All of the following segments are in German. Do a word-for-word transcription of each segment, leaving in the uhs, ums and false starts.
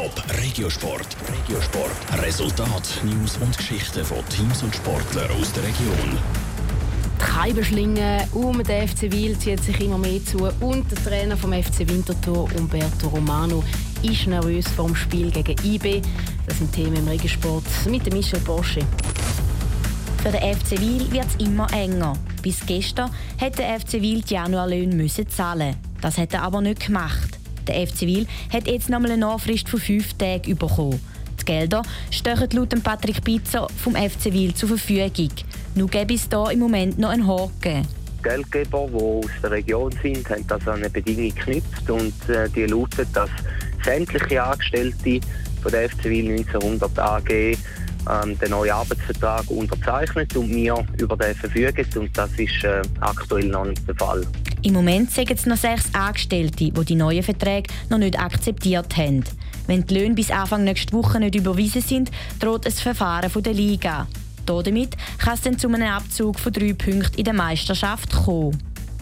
Top Regiosport. Regiosport. Resultat, News und Geschichten von Teams und Sportlern aus der Region. Die Kaiberschlinge um den F C Wil zieht sich immer mehr zu und der Trainer vom F C Winterthur, Umberto Romano, ist nervös vor dem Spiel gegen I B. Das sind Themen im Regiosport mit Michel Porsche. Für den F C Wil wird es immer enger. Bis gestern hätte der F C Wil die Januarlöhne müssen zahlen. Das hat er aber nicht gemacht. Der F C Wil hat jetzt noch eine Nachfrist von fünf Tagen bekommen. Die Gelder stehen laut Patrick Pizzo vom F C Wil zur Verfügung. Nur gäbe es hier im Moment noch einen Haken. Geldgeber, die aus der Region sind, haben das an eine Bedingung geknüpft und äh, die lautet, dass sämtliche Angestellte von der F C Wil neunzehnhundert A G ähm, den neuen Arbeitsvertrag unterzeichnet und wir über den verfügen, und das ist äh, aktuell noch nicht der Fall. Im Moment sagen es noch sechs Angestellte, die die neuen Verträge noch nicht akzeptiert haben. Wenn die Löhne bis Anfang nächster Woche nicht überwiesen sind, droht ein Verfahren von der Liga. Damit kann es dann zu einem Abzug von drei Punkten in der Meisterschaft kommen.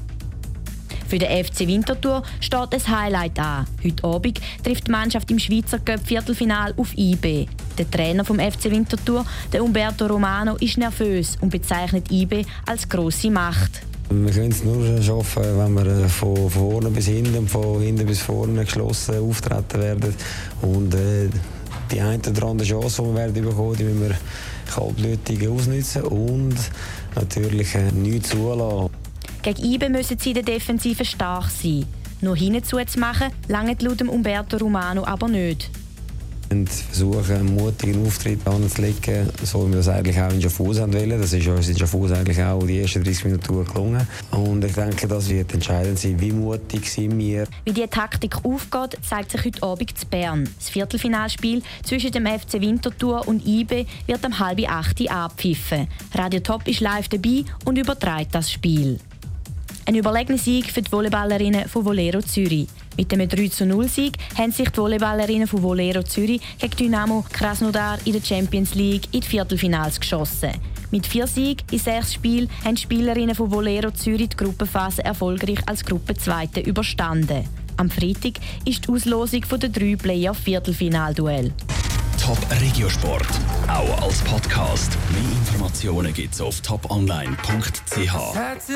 Für den F C Winterthur steht ein Highlight an. Heute Abend trifft die Mannschaft im Schweizer Cup-Viertelfinale auf I B. Der Trainer vom F C Winterthur, der Umberto Romano, ist nervös und bezeichnet I B als grosse Macht. Wir können es nur schaffen, wenn wir von vorne bis hinten, von hinten bis vorne geschlossen auftreten werden. Und äh, die eine oder andere Chance, die wir werden bekommen, die müssen wir kaltblütig ausnutzen und natürlich äh, nichts zulassen. Gegen I B müssen sie in der Defensive stark sein. Nur hinten zuzumachen, langt laut Umberto Romano aber nicht. Wir versuchen, einen mutigen Auftritt anzulegen, so wie wir das eigentlich auch in Schaffhausen wollen. Das ist uns in Schaffhausen eigentlich auch die ersten dreißig Minuten gelungen. Und ich denke, das wird entscheidend sein, wie mutig sind wir. Wie diese Taktik aufgeht, zeigt sich heute Abend in Bern. Das Viertelfinalspiel zwischen dem F C Winterthur und I B wird um halb acht Uhr abpfiffen. Radio Top ist live dabei und überträgt das Spiel. Ein überlegener Sieg für die Volleyballerinnen von Volero Zürich. Mit dem drei zu null Sieg haben sich die Volleyballerinnen von Volero Zürich gegen Dynamo Krasnodar in der Champions League in die Viertelfinals geschossen. Mit vier Siegen in sechs Spielen haben die Spielerinnen von Volero Zürich die Gruppenphase erfolgreich als Gruppenzweite überstanden. Am Freitag ist die Auslosung der drei Playoff-Viertelfinalduell. Top Regiosport, auch als Podcast. Mehr Informationen gibt's auf top online punkt c h.